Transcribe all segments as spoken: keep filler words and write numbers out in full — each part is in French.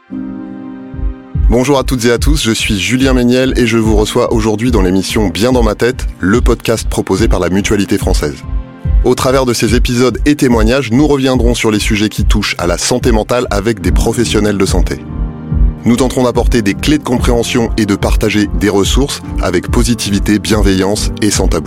Bonjour à toutes et à tous, je suis Julien Méniel et je vous reçois aujourd'hui dans l'émission Bien dans ma tête, le podcast proposé par la Mutualité française. Au travers de ces épisodes et témoignages, nous reviendrons sur les sujets qui touchent à la santé mentale avec des professionnels de santé. Nous tenterons d'apporter des clés de compréhension et de partager des ressources avec positivité, bienveillance et sans tabou.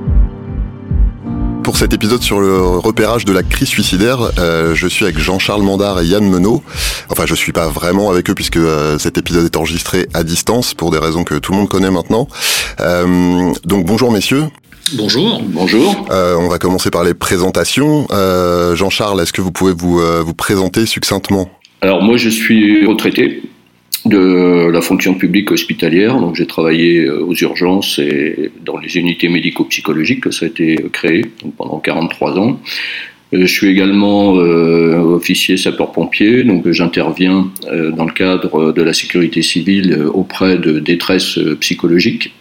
Pour cet épisode sur le repérage de la crise suicidaire, euh, je suis avec Jean-Charles Mandard et Yann Menot. Enfin, je suis pas vraiment avec eux puisque euh, cet épisode est enregistré à distance pour des raisons que tout le monde connaît maintenant. Euh, donc bonjour messieurs. Bonjour. Bonjour. Euh, on va commencer par les présentations. Euh, Jean-Charles, est-ce que vous pouvez vous, euh, vous présenter succinctement ? Alors moi je suis retraité de la fonction publique hospitalière, donc j'ai travaillé aux urgences et dans les unités médico-psychologiques, ça a été créé pendant quarante-trois ans. Je suis également euh, officier sapeur-pompier, donc j'interviens euh, dans le cadre de la sécurité civile auprès de détresse psychologique.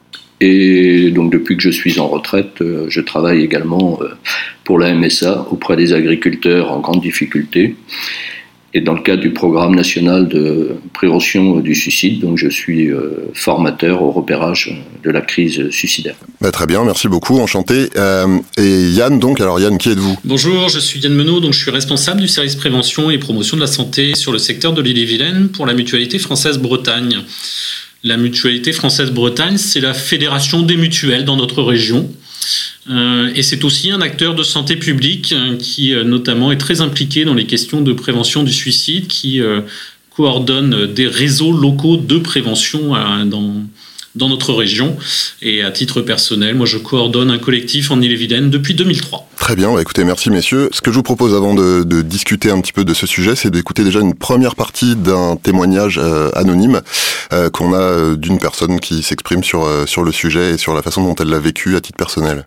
Et donc depuis que je suis en retraite, euh, je travaille également euh, pour la M S A auprès des agriculteurs en grande difficulté. Et dans le cadre du programme national de prévention du suicide, donc je suis euh, formateur au repérage de la crise suicidaire. Bah, très bien, merci beaucoup, enchanté. Euh, et Yann, donc, alors Yann, qui êtes-vous ? Bonjour, je suis Yann Menot, donc je suis responsable du service prévention et promotion de la santé sur le secteur de l'Ille-et-Vilaine pour la Mutualité française Bretagne. La Mutualité française Bretagne, c'est la fédération des mutuelles dans notre région. Euh, et c'est aussi un acteur de santé publique euh, qui euh, notamment est très impliqué dans les questions de prévention du suicide, qui euh, coordonne des réseaux locaux de prévention euh, dans, dans notre région. Et à titre personnel, moi je coordonne un collectif en Ille-et-Vilaine depuis deux mille trois. Très bien, bah écoutez, merci messieurs. Ce que je vous propose avant de, de discuter un petit peu de ce sujet, c'est d'écouter déjà une première partie d'un témoignage euh, anonyme euh, qu'on a euh, d'une personne qui s'exprime sur, euh, sur le sujet et sur la façon dont elle l'a vécu à titre personnel.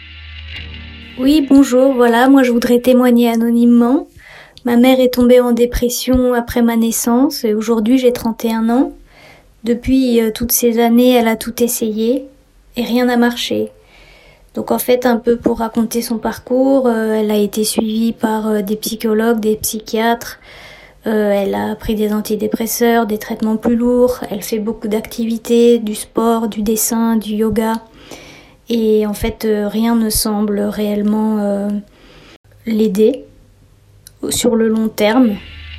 Oui, bonjour, voilà, moi je voudrais témoigner anonymement. Ma mère est tombée en dépression après ma naissance et aujourd'hui j'ai trente et un ans. Depuis euh, toutes ces années, elle a tout essayé et rien n'a marché. Donc en fait, un peu pour raconter son parcours, euh, elle a été suivie par euh, des psychologues, des psychiatres. Euh, elle a pris des antidépresseurs, des traitements plus lourds. Elle fait beaucoup d'activités, du sport, du dessin, du yoga. Et en fait, euh, rien ne semble réellement euh, l'aider sur le long terme.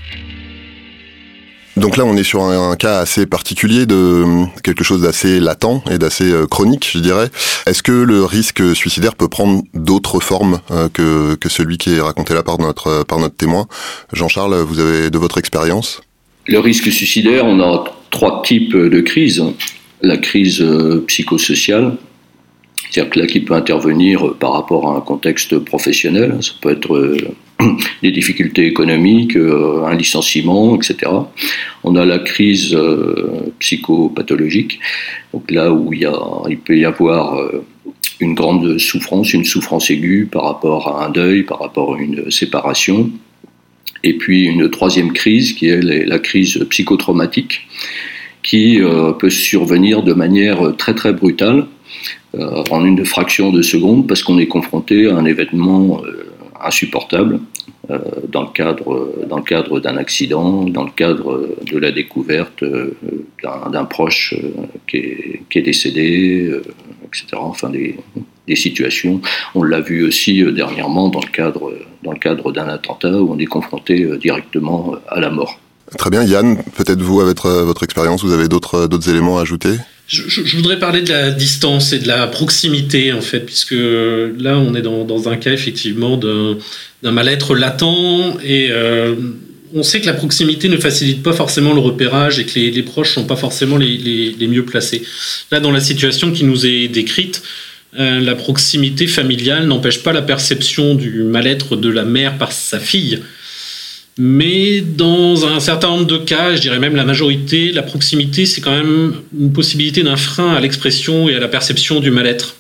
Donc là, on est sur un, un cas assez particulier, de quelque chose d'assez latent et d'assez euh, chronique, je dirais. Est-ce que le risque suicidaire peut prendre d'autres formes euh, que, que celui qui est raconté là par notre, par notre témoin ? Jean-Charles, vous avez de votre expérience ? Le risque suicidaire, on a trois types de crises. La crise euh, psychosociale, c'est-à-dire que là, qui peut intervenir par rapport à un contexte professionnel. Ça peut être euh, des difficultés économiques, euh, un licenciement, et cetera. On a la crise euh, psychopathologique, donc là où il, y a, il peut y avoir euh, une grande souffrance, une souffrance aiguë par rapport à un deuil, par rapport à une séparation. Et puis une troisième crise qui est la crise psychotraumatique, qui euh, peut survenir de manière très très brutale, euh, en une fraction de seconde, parce qu'on est confronté à un événement euh, insupportable, euh, dans le cadre, dans le cadre d'un accident, dans le cadre de la découverte euh, d'un, d'un proche euh, qui, est, qui est décédé, euh, et cetera. Enfin, des, des situations. On l'a vu aussi euh, dernièrement dans le cadre, dans le cadre d'un attentat où on est confronté euh, directement à la mort. Très bien, Yann, peut-être vous, avec votre, votre expérience, vous avez d'autres, d'autres éléments à ajouter ? Je, je, je voudrais parler de la distance et de la proximité, en fait, puisque là, on est dans, dans un cas, effectivement, d'un, d'un mal-être latent, et euh, on sait que la proximité ne facilite pas forcément le repérage et que les, les proches ne sont pas forcément les, les, les mieux placés. Là, dans la situation qui nous est décrite, euh, la proximité familiale n'empêche pas la perception du mal-être de la mère par sa fille. Mais dans un certain nombre de cas, je dirais même la majorité, la proximité, c'est quand même une possibilité d'un frein à l'expression et à la perception du mal-être.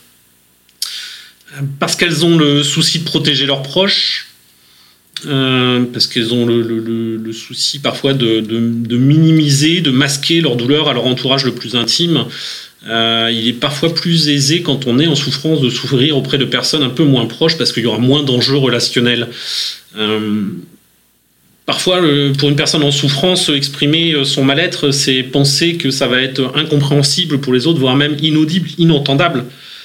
Parce qu'elles ont le souci de protéger leurs proches, euh, parce qu'elles ont le, le, le souci parfois de, de, de minimiser, de masquer leur douleur à leur entourage le plus intime. Euh, il est parfois plus aisé quand on est en souffrance de souffrir auprès de personnes un peu moins proches, parce qu'il y aura moins d'enjeux relationnels. Euh, Parfois, pour une personne en souffrance, exprimer son mal-être, c'est penser que ça va être incompréhensible pour les autres, voire même inaudible, inentendable,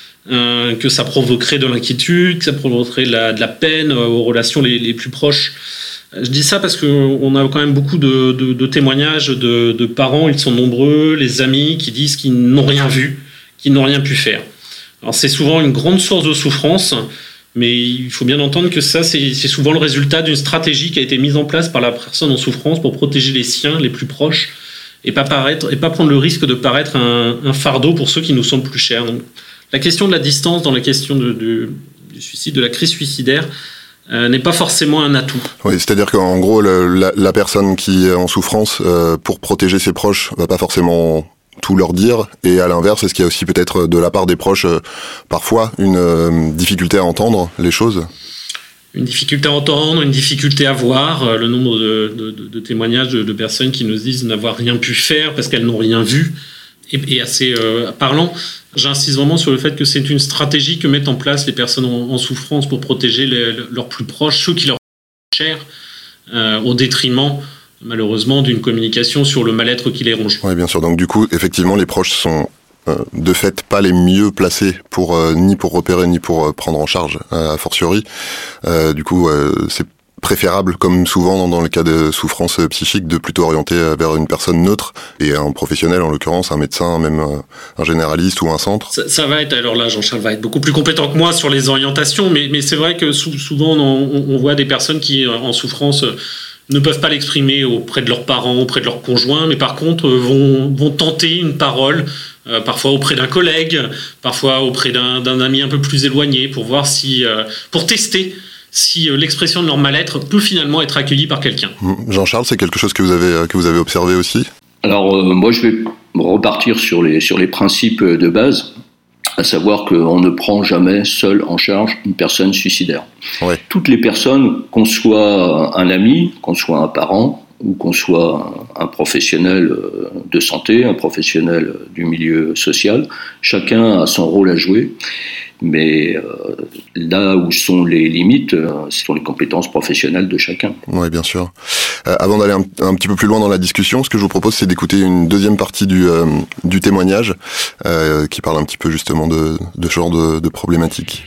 euh, que ça provoquerait de l'inquiétude, que ça provoquerait de la, de la peine aux relations les, les plus proches. Je dis ça parce qu'on a quand même beaucoup de, de, de témoignages de, de parents, ils sont nombreux, les amis qui disent qu'ils n'ont rien vu, qu'ils n'ont rien pu faire. Alors c'est souvent une grande source de souffrance, mais il faut bien entendre que ça, c'est, c'est souvent le résultat d'une stratégie qui a été mise en place par la personne en souffrance pour protéger les siens, les plus proches, et pas paraître, et pas prendre le risque de paraître un, un fardeau pour ceux qui nous sont plus chers. Donc, la question de la distance dans la question de, de, du suicide, de la crise suicidaire, euh, n'est pas forcément un atout. Oui, c'est-à-dire qu'en gros, le, la, la personne qui est en souffrance, euh, pour protéger ses proches, va pas forcément tout leur dire, et à l'inverse, est-ce qu'il y a aussi peut-être de la part des proches euh, parfois une euh, difficulté à entendre les choses ? Une difficulté à entendre, une difficulté à voir, euh, le nombre de, de, de, de témoignages de, de personnes qui nous disent n'avoir rien pu faire parce qu'elles n'ont rien vu, est, est assez euh, parlant. J'insiste vraiment sur le fait que c'est une stratégie que mettent en place les personnes en, en souffrance pour protéger les, leurs plus proches, ceux qui leur sont chers, euh, au détriment malheureusement d'une communication sur le mal-être qui les ronge. Oui, bien sûr. Donc du coup, effectivement, les proches sont euh, de fait pas les mieux placés pour euh, ni pour repérer ni pour euh, prendre en charge, euh, a fortiori. Euh, du coup, euh, c'est préférable, comme souvent dans, dans le cas de souffrance psychique, de plutôt orienter vers une personne neutre et un professionnel, en l'occurrence un médecin, même un, un généraliste ou un centre. Ça, ça va être, alors là, Jean-Charles va être beaucoup plus compétent que moi sur les orientations, mais, mais c'est vrai que sou, souvent on, on voit des personnes qui, en souffrance, ne peuvent pas l'exprimer auprès de leurs parents, auprès de leurs conjoints, mais par contre vont, vont tenter une parole, euh, parfois auprès d'un collègue, parfois auprès d'un, d'un ami un peu plus éloigné, pour voir si, euh, pour tester si euh, l'expression de leur mal-être peut finalement être accueillie par quelqu'un. Jean-Charles, c'est quelque chose que vous avez, que vous avez observé aussi ? Alors euh, moi je vais repartir sur les, sur les principes de base, à savoir qu'on ne prend jamais seul en charge une personne suicidaire. Ouais. Toutes les personnes, qu'on soit un ami, qu'on soit un parent, ou qu'on soit un professionnel de santé, un professionnel du milieu social, chacun a son rôle à jouer. Mais euh, là où sont les limites, euh, ce sont les compétences professionnelles de chacun. Oui, bien sûr. Euh, avant d'aller un, un petit peu plus loin dans la discussion, ce que je vous propose, c'est d'écouter une deuxième partie du, euh, du témoignage euh, qui parle un petit peu justement de, de ce genre de, de problématiques.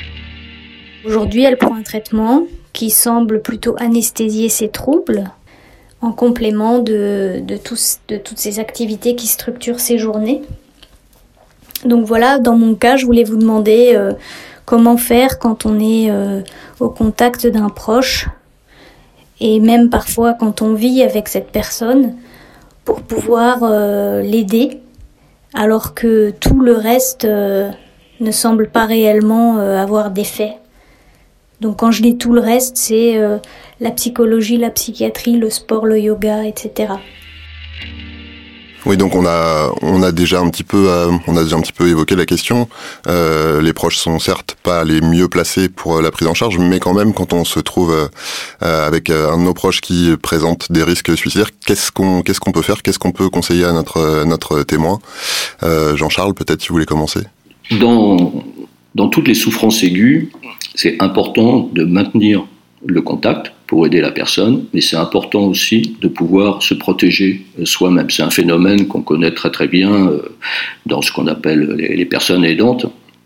Aujourd'hui, elle prend un traitement qui semble plutôt anesthésier ses troubles, en complément de, de, tous, de toutes ces activités qui structurent ses journées. Donc voilà, dans mon cas, je voulais vous demander euh, comment faire quand on est euh, au contact d'un proche, et même parfois quand on vit avec cette personne, pour pouvoir euh, l'aider, alors que tout le reste euh, ne semble pas réellement euh, avoir d'effet. Donc quand je dis tout le reste, c'est euh, la psychologie, la psychiatrie, le sport, le yoga, et cetera. Oui, donc on a on a déjà un petit peu euh, on a déjà un petit peu évoqué la question. Euh, les proches sont certes pas les mieux placés pour la prise en charge, mais quand même quand on se trouve euh, avec un de nos proches qui présente des risques suicidaires, qu'est-ce qu'on qu'est-ce qu'on peut faire, qu'est-ce qu'on peut conseiller à notre à notre témoin. euh, Jean-Charles, peut-être si vous voulez commencer. Dans dans toutes les souffrances aiguës, c'est important de maintenir le contact pour aider la personne, mais c'est important aussi de pouvoir se protéger soi-même. C'est un phénomène qu'on connaît très très bien dans ce qu'on appelle les, les personnes aidantes,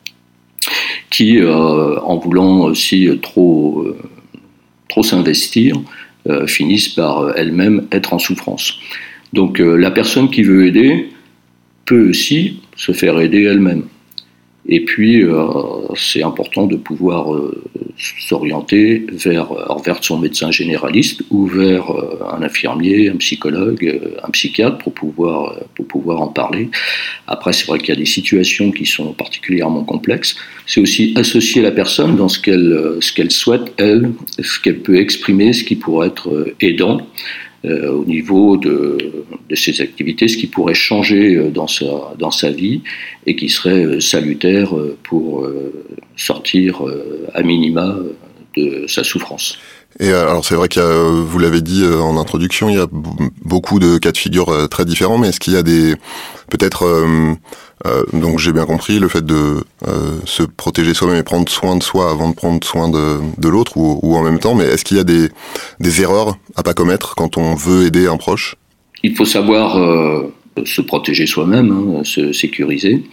qui, euh, en voulant aussi trop, euh, trop s'investir, euh, finissent par elles-mêmes être en souffrance. Donc euh, la personne qui veut aider peut aussi se faire aider elle-même. Et puis, euh, c'est important de pouvoir euh, s'orienter vers, vers son médecin généraliste ou vers euh, un infirmier, un psychologue, euh, un psychiatre pour pouvoir, euh, pour pouvoir en parler. Après, c'est vrai qu'il y a des situations qui sont particulièrement complexes. C'est aussi associer la personne dans ce qu'elle, euh, ce qu'elle souhaite, elle, ce qu'elle peut exprimer, ce qui pourrait être euh, aidant. Euh, au niveau de, de ses activités, ce qui pourrait changer dans sa, dans sa vie et qui serait salutaire pour euh, sortir euh, à minima de sa souffrance. Et alors c'est vrai qu'il y a, vous l'avez dit en introduction, il y a b- beaucoup de cas de figure très différents, mais est-ce qu'il y a des peut-être euh, Euh, donc j'ai bien compris le fait de euh, se protéger soi-même et prendre soin de soi avant de prendre soin de, de l'autre ou, ou en même temps. Mais est-ce qu'il y a des, des erreurs à pas commettre quand on veut aider un proche ? Il faut savoir euh, se protéger soi-même, hein, se sécuriser.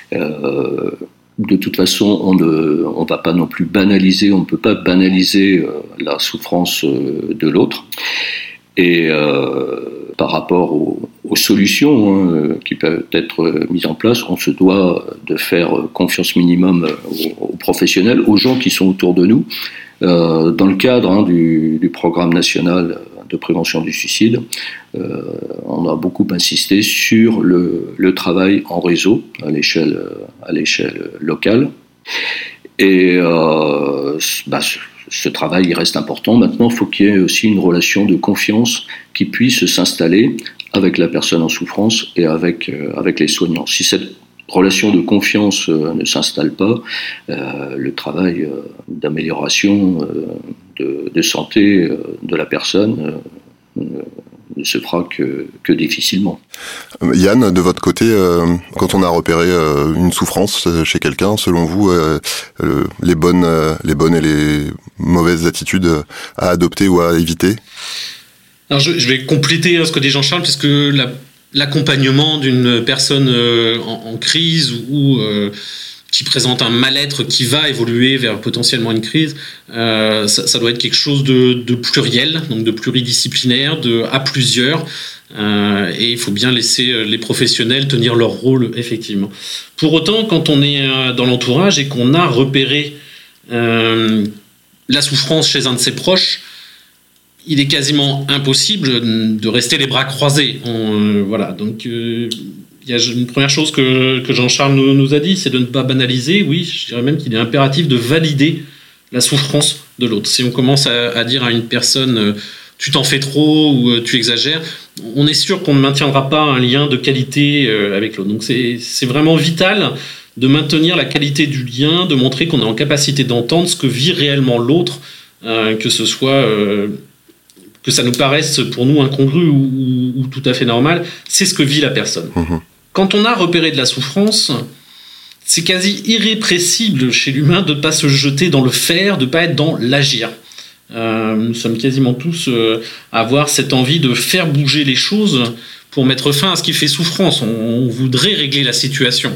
Euh, de toute façon, on ne on va pas non plus banaliser, on ne peut pas banaliser euh, la souffrance euh, de l'autre. Et euh, par rapport aux, aux solutions hein, qui peuvent être mises en place, on se doit de faire confiance minimum aux, aux professionnels, aux gens qui sont autour de nous. Euh, dans le cadre hein, du, du programme national de prévention du suicide, euh, on a beaucoup insisté sur le, le travail en réseau à l'échelle, à l'échelle locale. Et euh, bah, ce, ce travail il reste important. Maintenant, il faut qu'il y ait aussi une relation de confiance qui puisse s'installer avec la personne en souffrance et avec, euh, avec les soignants. Si cette relation de confiance euh, ne s'installe pas, euh, le travail euh, d'amélioration euh, de, de santé euh, de la personne euh, ne se fera que, que difficilement. Yann, de votre côté, euh, quand on a repéré euh, une souffrance chez quelqu'un, selon vous, euh, euh, les bonnes, euh, les bonnes et les mauvaises attitudes à adopter ou à éviter ? Alors je, je vais compléter hein, ce que dit Jean-Charles, puisque la, l'accompagnement d'une personne euh, en, en crise ou euh, qui présente un mal-être qui va évoluer vers potentiellement une crise, euh, ça, ça doit être quelque chose de, de pluriel, donc de pluridisciplinaire, de à plusieurs, euh, et il faut bien laisser les professionnels tenir leur rôle, effectivement. Pour autant, quand on est dans l'entourage et qu'on a repéré euh, la souffrance chez un de ses proches, il est quasiment impossible de rester les bras croisés. On, euh, voilà, donc... Euh, il y a une première chose que, que Jean-Charles nous, nous a dit, c'est de ne pas banaliser. Oui, je dirais même qu'il est impératif de valider la souffrance de l'autre. Si on commence à, à dire à une personne euh, « tu t'en fais trop » ou euh, « tu exagères », on est sûr qu'on ne maintiendra pas un lien de qualité euh, avec l'autre. Donc c'est, c'est vraiment vital de maintenir la qualité du lien, de montrer qu'on est en capacité d'entendre ce que vit réellement l'autre, euh, que ce soit... Euh, que ça nous paraisse pour nous incongru ou, ou, ou tout à fait normal, c'est ce que vit la personne. Mmh. Quand on a repéré de la souffrance, c'est quasi irrépressible chez l'humain de ne pas se jeter dans le faire, de ne pas être dans l'agir. Euh, nous sommes quasiment tous euh, à avoir cette envie de faire bouger les choses pour mettre fin à ce qui fait souffrance. On, on voudrait régler la situation.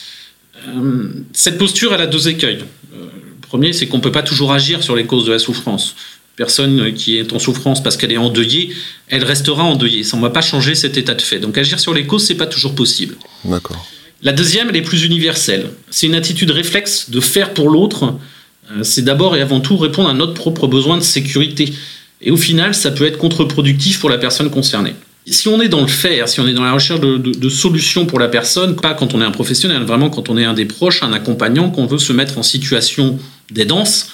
Euh, cette posture, elle a deux écueils. Euh, le premier, c'est qu'on ne peut pas toujours agir sur les causes de la souffrance. Personne qui est en souffrance parce qu'elle est endeuillée, elle restera endeuillée. Ça, on ne va pas changer cet état de fait. Donc agir sur les causes, ce n'est pas toujours possible. D'accord. La deuxième, elle est plus universelle. C'est une attitude réflexe de faire pour l'autre. C'est d'abord et avant tout répondre à notre propre besoin de sécurité. Et au final, ça peut être contre-productif pour la personne concernée. Si on est dans le faire, si on est dans la recherche de, de, de solutions pour la personne, pas quand on est un professionnel, vraiment quand on est un des proches, un accompagnant, qu'on veut se mettre en situation d'aidance,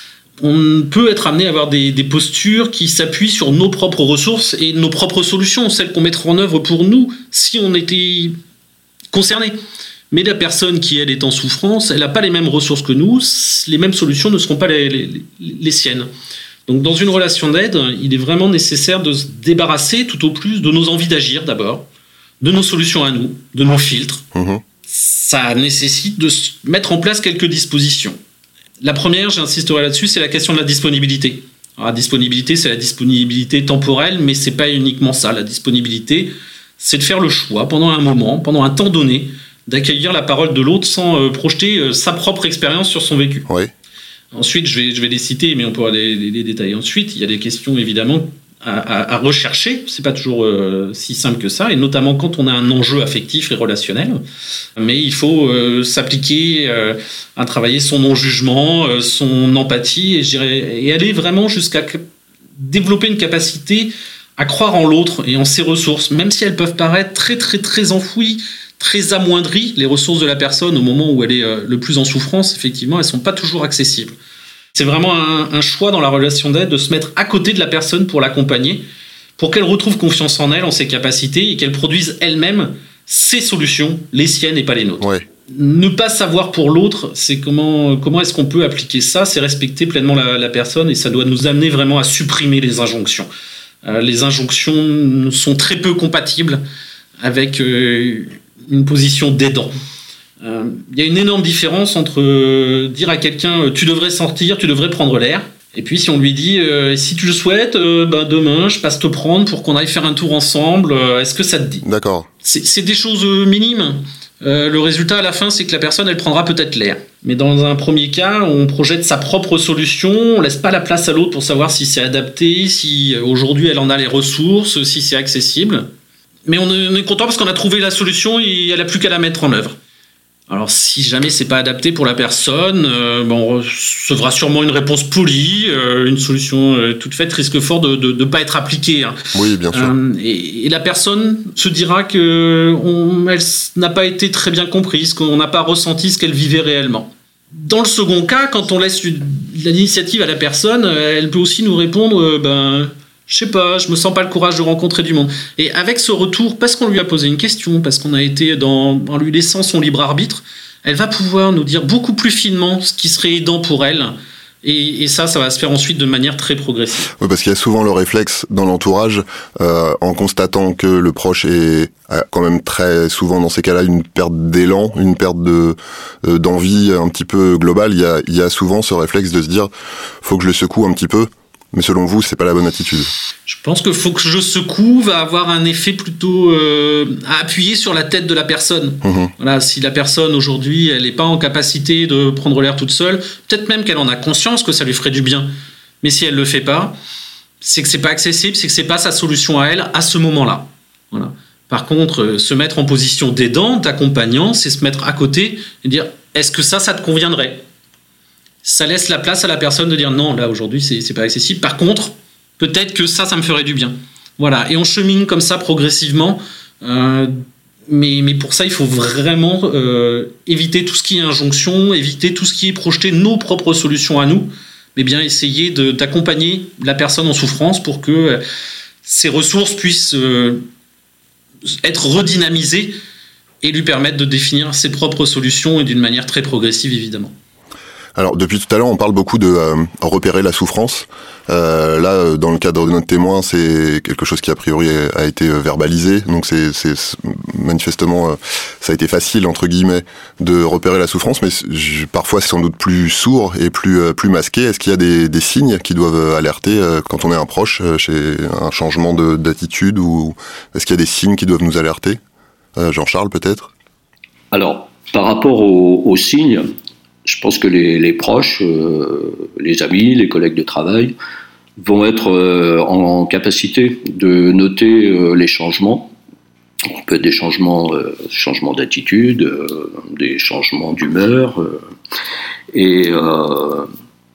on peut être amené à avoir des, des postures qui s'appuient sur nos propres ressources et nos propres solutions, celles qu'on mettrait en œuvre pour nous si on était concerné. Mais la personne qui, elle, est en souffrance, elle n'a pas les mêmes ressources que nous, les mêmes solutions ne seront pas les, les, les siennes. Donc dans une relation d'aide, il est vraiment nécessaire de se débarrasser tout au plus de nos envies d'agir d'abord, de nos solutions à nous, de nos filtres. Mmh. Ça nécessite de mettre en place quelques dispositions. La première, j'insisterai là-dessus, c'est la question de la disponibilité. Alors, la disponibilité, c'est la disponibilité temporelle, mais c'est pas uniquement ça. La disponibilité, c'est de faire le choix, pendant un moment, pendant un temps donné, d'accueillir la parole de l'autre sans euh, projeter euh, sa propre expérience sur son vécu. Oui. Ensuite, je vais, je vais les citer, mais on pourra les, les, les détailler ensuite. Il y a des questions, évidemment, à, à, à rechercher. C'est pas toujours euh, si simple que ça, et notamment quand on a un enjeu affectif et relationnel. Mais il faut euh, s'appliquer euh, à travailler son non-jugement, euh, son empathie, et, je dirais, et aller vraiment jusqu'à développer une capacité à croire en l'autre et en ses ressources, même si elles peuvent paraître très, très, très enfouies, très amoindries. Les ressources de la personne, au moment où elle est euh, le plus en souffrance, effectivement, elles sont pas toujours accessibles. C'est vraiment un, un choix dans la relation d'aide de se mettre à côté de la personne pour l'accompagner, pour qu'elle retrouve confiance en elle, en ses capacités, et qu'elle produise elle-même ses solutions, les siennes et pas les nôtres. Ouais. Ne pas savoir pour l'autre, c'est comment, comment est-ce qu'on peut appliquer ça, c'est respecter pleinement la, la personne, et ça doit nous amener vraiment à supprimer les injonctions. Euh, les injonctions sont très peu compatibles avec euh, une position d'aidant. Euh, il y a une énorme différence entre euh, dire à quelqu'un euh, tu devrais sortir, tu devrais prendre l'air, et puis si on lui dit euh, si tu le souhaites, euh, ben demain je passe te prendre pour qu'on aille faire un tour ensemble, euh, est-ce que ça te dit ? D'accord. C'est, c'est des choses minimes. Euh, le résultat à la fin, c'est que la personne elle prendra peut-être l'air. Mais dans un premier cas, on projette sa propre solution, on laisse pas la place à l'autre pour savoir si c'est adapté, si euh, aujourd'hui elle en a les ressources, si c'est accessible. Mais on est, on est content parce qu'on a trouvé la solution et elle n'a plus qu'à la mettre en œuvre. Alors si jamais c'est pas adapté pour la personne, euh, ben on recevra sûrement une réponse polie, euh, une solution euh, toute faite risque fort de de, de pas être appliquée. Hein. Oui, bien sûr. Euh, et, et la personne se dira que on, elle n'a pas été très bien comprise, qu'on n'a pas ressenti ce qu'elle vivait réellement. Dans le second cas, quand on laisse une, l'initiative à la personne, elle peut aussi nous répondre, euh, ben je sais pas, je me sens pas le courage de rencontrer du monde. Et avec ce retour, parce qu'on lui a posé une question, parce qu'on a été dans, en lui laissant son libre arbitre, elle va pouvoir nous dire beaucoup plus finement ce qui serait aidant pour elle. Et, et ça, ça va se faire ensuite de manière très progressive. Oui, parce qu'il y a souvent le réflexe dans l'entourage, euh, en constatant que le proche est a quand même très souvent dans ces cas-là une perte d'élan, une perte de euh, d'envie un petit peu globale. Il y a, il y a souvent ce réflexe de se dire, faut que je le secoue un petit peu. Mais selon vous, c'est pas la bonne attitude. Je pense que faut que je secoue va avoir un effet plutôt euh, à appuyer sur la tête de la personne. Mmh. Voilà, si la personne aujourd'hui, elle n'est pas en capacité de prendre l'air toute seule, peut-être même qu'elle en a conscience que ça lui ferait du bien. Mais si elle le fait pas, c'est que c'est pas accessible, c'est que c'est pas sa solution à elle à ce moment-là. Voilà. Par contre, se mettre en position d'aidant, d'accompagnant, c'est se mettre à côté et dire est-ce que ça, ça te conviendrait ? Ça laisse la place à la personne de dire non, là aujourd'hui c'est, c'est pas accessible. Par contre, peut-être que ça, ça me ferait du bien. Voilà, et on chemine comme ça progressivement. Euh, mais, mais pour ça, il faut vraiment euh, éviter tout ce qui est injonction, éviter tout ce qui est projeter nos propres solutions à nous, mais bien essayer de, d'accompagner la personne en souffrance pour que euh, ses ressources puissent euh, être redynamisées et lui permettre de définir ses propres solutions et d'une manière très progressive, évidemment. Alors, depuis tout à l'heure, on parle beaucoup de euh, repérer la souffrance. Euh, là, dans le cadre de notre témoin, c'est quelque chose qui, a priori, a été verbalisé. Donc, c'est, c'est manifestement, euh, ça a été facile, entre guillemets, de repérer la souffrance. Mais je, parfois, c'est sans doute plus sourd et plus euh, plus masqué. Est-ce qu'il y a des, des signes qui doivent alerter euh, quand on est un proche, euh, chez un changement de, d'attitude, ou est-ce qu'il y a des signes qui doivent nous alerter ? euh, Jean-Charles, peut-être ? Alors, par rapport aux, aux signes, je pense que les, les proches, euh, les amis, les collègues de travail vont être euh, en capacité de noter euh, les changements. On peut être des changements, euh, changements d'attitude, euh, des changements d'humeur. Euh, et euh,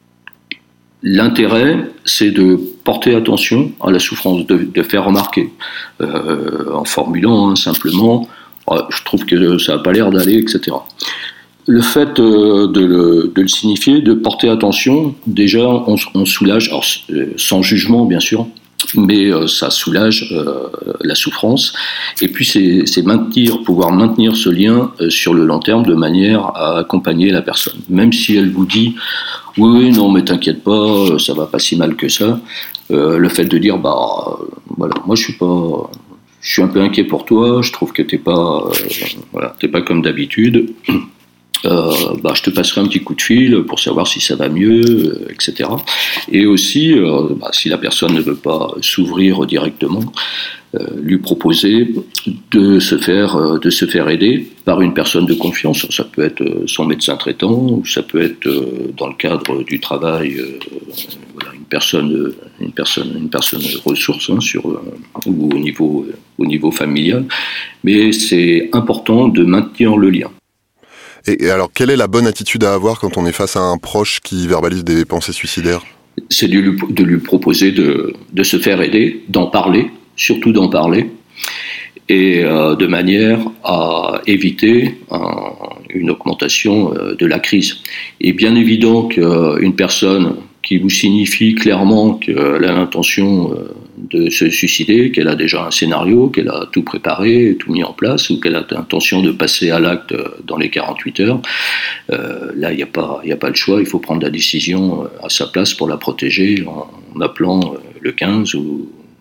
l'intérêt, c'est de porter attention à la souffrance, de, de faire remarquer, euh, en formulant hein, simplement oh, « je trouve que ça n'a pas l'air d'aller », et cetera. Le fait euh, de, le, de le signifier, de porter attention, déjà on, on soulage, alors, sans jugement bien sûr, mais euh, ça soulage euh, la souffrance. Et puis c'est, c'est maintenir, pouvoir maintenir ce lien euh, sur le long terme de manière à accompagner la personne. Même si elle vous dit « oui, oui, non, mais t'inquiète pas, ça va pas si mal que ça euh, », le fait de dire « bah euh, voilà, moi je suis pas... je suis un peu inquiet pour toi, je trouve que t'es pas, euh, voilà, t'es pas comme d'habitude ». Euh, bah, je te passerai un petit coup de fil pour savoir si ça va mieux, euh, et cetera. Et aussi, euh, bah, si la personne ne veut pas s'ouvrir directement, euh, lui proposer de se faire, euh, de se faire aider par une personne de confiance. Ça peut être son médecin traitant, ou ça peut être euh, dans le cadre du travail, euh, voilà, une personne, une personne, une personne ressource hein, sur euh, ou au niveau, au niveau familial. Mais c'est important de maintenir le lien. Et alors, quelle est la bonne attitude à avoir quand on est face à un proche qui verbalise des pensées suicidaires ? C'est de lui, de lui proposer de, de se faire aider, d'en parler, surtout d'en parler, et euh, de manière à éviter un, une augmentation euh, de la crise. Il est bien évident qu'une personne qui vous signifie clairement qu'elle a l'intention euh, de se suicider, qu'elle a déjà un scénario, qu'elle a tout préparé, tout mis en place, ou qu'elle a l'intention de passer à l'acte dans les quarante-huit heures, euh, là, il n'y a pas, il n'y a pas le choix, il faut prendre la décision à sa place pour la protéger en, en appelant le quinze ou,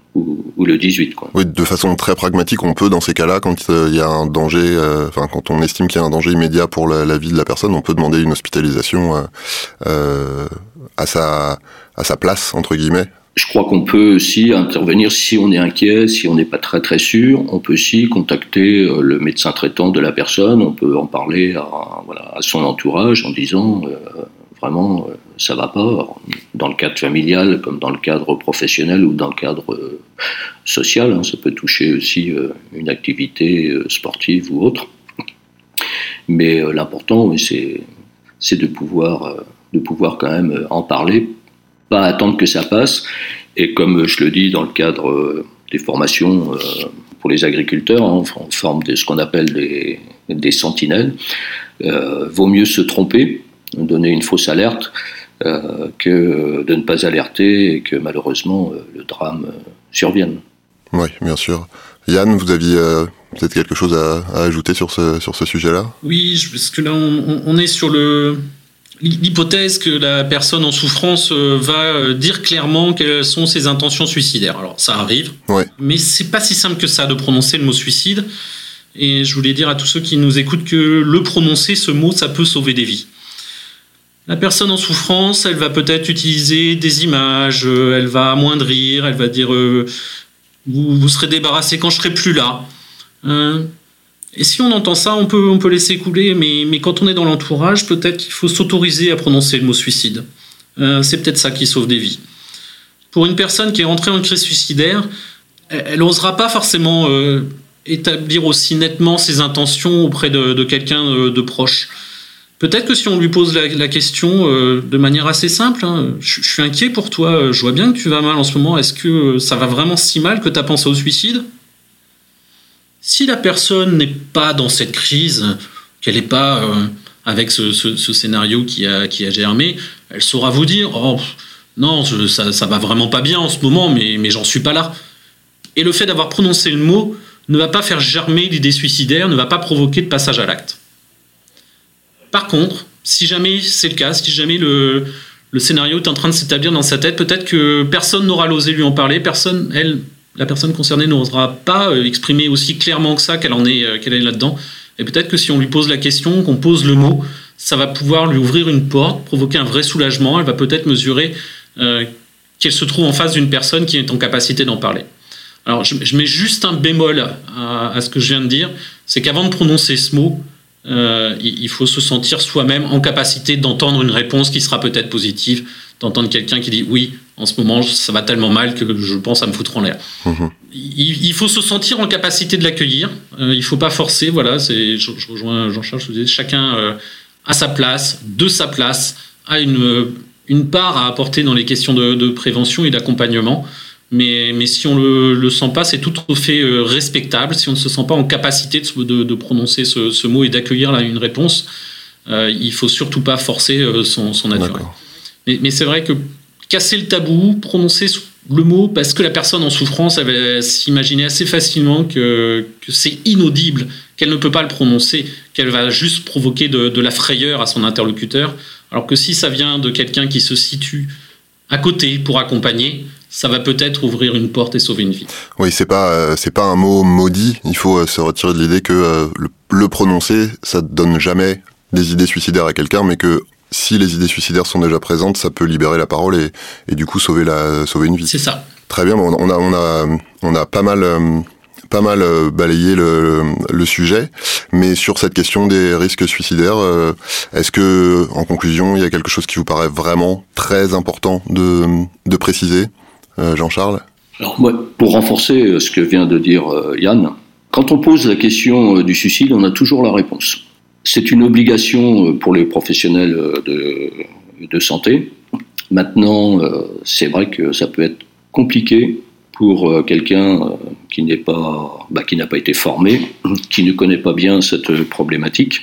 ou, ou le dix-huit, quoi. Oui, de façon très pragmatique, on peut, dans ces cas-là, quand il y a un danger, enfin, euh, quand on estime qu'il y a un danger immédiat pour la, la vie de la personne, on peut demander une hospitalisation euh, euh, à sa, à sa place, entre guillemets. Je crois qu'on peut aussi intervenir si on est inquiet, si on n'est pas très très sûr. On peut aussi contacter le médecin traitant de la personne. On peut en parler à, voilà, à son entourage en disant euh, vraiment euh, ça va pas. Dans le cadre familial, comme dans le cadre professionnel ou dans le cadre euh, social, hein, ça peut toucher aussi euh, une activité euh, sportive ou autre. Mais euh, l'important, oui, c'est c'est de pouvoir euh, de pouvoir quand même en parler. Pas attendre que ça passe, et comme je le dis dans le cadre euh, des formations euh, pour les agriculteurs, hein, on forme de ce qu'on appelle des, des sentinelles, euh, vaut mieux se tromper, donner une fausse alerte, euh, que de ne pas alerter et que malheureusement euh, le drame euh, survienne. Oui, bien sûr. Yann, vous aviez euh, peut-être quelque chose à, à ajouter sur ce, sur ce sujet-là ? Oui, parce que là on, on est sur le... l'hypothèse que la personne en souffrance va dire clairement quelles sont ses intentions suicidaires. Alors ça arrive, ouais. Mais c'est pas si simple que ça de prononcer le mot suicide. Et je voulais dire à tous ceux qui nous écoutent que le prononcer, ce mot, ça peut sauver des vies. La personne en souffrance, elle va peut-être utiliser des images, elle va amoindrir, elle va dire euh, vous, vous serez débarrassé quand je serai plus là. Euh, Et si on entend ça, on peut, on peut laisser couler, mais, mais quand on est dans l'entourage, peut-être qu'il faut s'autoriser à prononcer le mot suicide. Euh, c'est peut-être ça qui sauve des vies. Pour une personne qui est rentrée en crise suicidaire, elle n'osera pas forcément euh, établir aussi nettement ses intentions auprès de, de quelqu'un de, de proche. Peut-être que si on lui pose la, la question euh, de manière assez simple, hein, je, je suis inquiet pour toi, je vois bien que tu vas mal en ce moment, est-ce que ça va vraiment si mal que tu as pensé au suicide ? Si la personne n'est pas dans cette crise, qu'elle n'est pas euh, avec ce, ce, ce scénario qui a, qui a germé, elle saura vous dire oh, « Non, je, ça, ça va vraiment pas bien en ce moment, mais, mais j'en suis pas là. » Et le fait d'avoir prononcé le mot ne va pas faire germer l'idée suicidaire, ne va pas provoquer de passage à l'acte. Par contre, si jamais c'est le cas, si jamais le, le scénario est en train de s'établir dans sa tête, peut-être que personne n'aura l'osé lui en parler, personne, elle... la personne concernée n'osera pas exprimer aussi clairement que ça qu'elle en est, qu'elle est là-dedans. Et peut-être que si on lui pose la question, qu'on pose le mot, ça va pouvoir lui ouvrir une porte, provoquer un vrai soulagement. Elle va peut-être mesurer euh, qu'elle se trouve en face d'une personne qui est en capacité d'en parler. Alors, je, je mets juste un bémol à, à ce que je viens de dire, c'est qu'avant de prononcer ce mot, euh, il, il faut se sentir soi-même en capacité d'entendre une réponse qui sera peut-être positive, d'entendre quelqu'un qui dit « oui, en ce moment, ça va tellement mal que je pense à me foutre en l'air. Mmh. » Il, il faut se sentir en capacité de l'accueillir. Euh, il ne faut pas forcer. Voilà, c'est, je, je rejoins Jean-Charles, je vous disais, chacun euh, à sa place, de sa place, a une, une part à apporter dans les questions de, de prévention et d'accompagnement. Mais, mais si on ne le, le sent pas, c'est tout à fait euh, respectable. Si on ne se sent pas en capacité de, de, de prononcer ce, ce mot et d'accueillir là, une réponse, euh, il ne faut surtout pas forcer euh, son, son nature. Mais, mais c'est vrai que casser le tabou, prononcer le mot, parce que la personne en souffrance, elle va s'imaginer assez facilement que, que c'est inaudible, qu'elle ne peut pas le prononcer, qu'elle va juste provoquer de, de la frayeur à son interlocuteur. Alors que si ça vient de quelqu'un qui se situe à côté pour accompagner, ça va peut-être ouvrir une porte et sauver une vie. Oui, c'est pas euh, c'est pas un mot maudit. Il faut euh, se retirer de l'idée que euh, le, le prononcer, ça donne jamais des idées suicidaires à quelqu'un, mais que si les idées suicidaires sont déjà présentes, ça peut libérer la parole et, et du coup sauver la sauver une vie. C'est ça. Très bien. On a on a on a pas mal euh, pas mal balayé le, le sujet, mais sur cette question des risques suicidaires, euh, est-ce que en conclusion, il y a quelque chose qui vous paraît vraiment très important de de préciser? Euh, Jean-Charles ? Alors moi, pour renforcer ce que vient de dire euh, Yann, quand on pose la question euh, du suicide, on a toujours la réponse. C'est une obligation pour les professionnels de, de santé. Maintenant, euh, c'est vrai que ça peut être compliqué pour euh, quelqu'un euh, qui n'est pas, bah, qui n'a pas été formé, qui ne connaît pas bien cette problématique,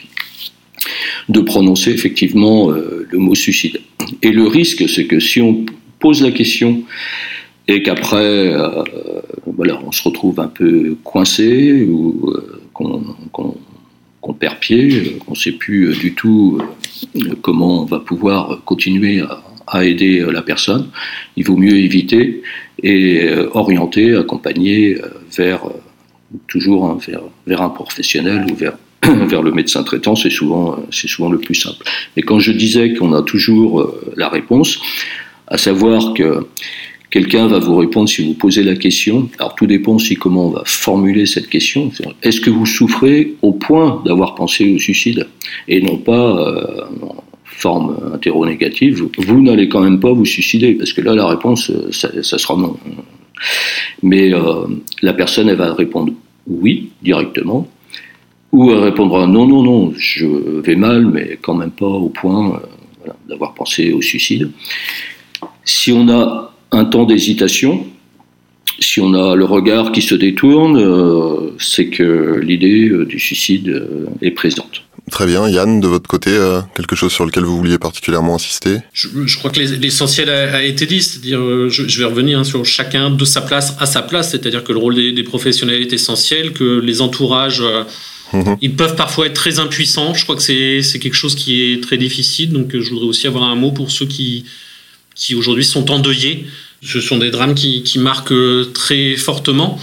de prononcer effectivement euh, le mot suicide. Et le risque, c'est que si on pose la question et qu'après, euh, voilà, on se retrouve un peu coincé ou euh, qu'on, qu'on, qu'on perd pied, qu'on ne sait plus du tout euh, comment on va pouvoir continuer à, à aider la personne, il vaut mieux éviter et euh, orienter, accompagner euh, vers euh, toujours hein, vers, vers un professionnel ou vers vers le médecin traitant, c'est souvent, c'est souvent le plus simple. Et quand je disais qu'on a toujours euh, la réponse, à savoir que quelqu'un va vous répondre si vous posez la question, alors tout dépend aussi comment on va formuler cette question, est-ce que vous souffrez au point d'avoir pensé au suicide ? Et non pas euh, en forme interro-négative, vous n'allez quand même pas vous suicider, parce que là la réponse, ça, ça sera non. Mais euh, la personne, elle va répondre oui, directement, ou elle répondra non, non, non, je vais mal, mais quand même pas au point euh, voilà, d'avoir pensé au suicide. Si on a un temps d'hésitation, si on a le regard qui se détourne, euh, c'est que l'idée euh, du suicide euh, est présente. Très bien. Yann, de votre côté, euh, quelque chose sur lequel vous vouliez particulièrement insister ? je, je crois que l'essentiel a, a été dit, c'est-à-dire, euh, je, je vais revenir hein, sur chacun de sa place à sa place, c'est-à-dire que le rôle des, des professionnels est essentiel, que les entourages... Euh, Mmh. Ils peuvent parfois être très impuissants. Je crois que c'est, c'est quelque chose qui est très difficile. Donc, je voudrais aussi avoir un mot pour ceux qui, qui aujourd'hui sont endeuillés. Ce sont des drames qui, qui marquent très fortement.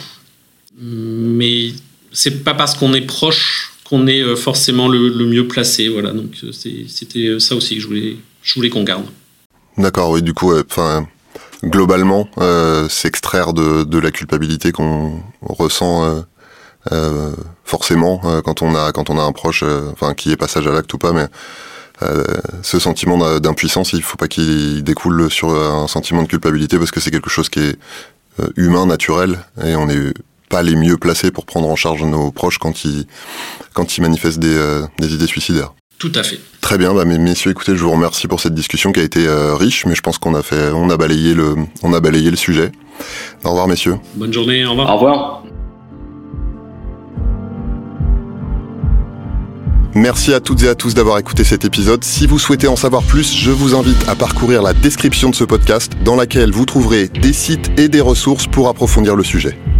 Mais c'est pas parce qu'on est proche qu'on est forcément le, le mieux placé. Voilà. Donc, c'est, c'était ça aussi que je voulais, je voulais qu'on garde. D'accord, oui, du coup, enfin. Euh, globalement, euh, s'extraire de, de la culpabilité qu'on ressent. Euh... Euh, forcément euh, quand on a quand on a un proche euh, enfin qui est passage à l'acte ou pas, mais euh, ce sentiment d'impuissance, il faut pas qu'il découle sur un sentiment de culpabilité, parce que c'est quelque chose qui est euh, humain, naturel, et on n'est pas les mieux placés pour prendre en charge nos proches quand ils quand ils manifestent des euh, des idées suicidaires. Tout à fait. Très bien, bah, messieurs, écoutez, je vous remercie pour cette discussion qui a été euh, riche, mais je pense qu'on a fait on a balayé le on a balayé le sujet. Au revoir, messieurs. Bonne journée, au revoir. Au revoir. Merci à toutes et à tous d'avoir écouté cet épisode. Si vous souhaitez en savoir plus, je vous invite à parcourir la description de ce podcast, dans laquelle vous trouverez des sites et des ressources pour approfondir le sujet.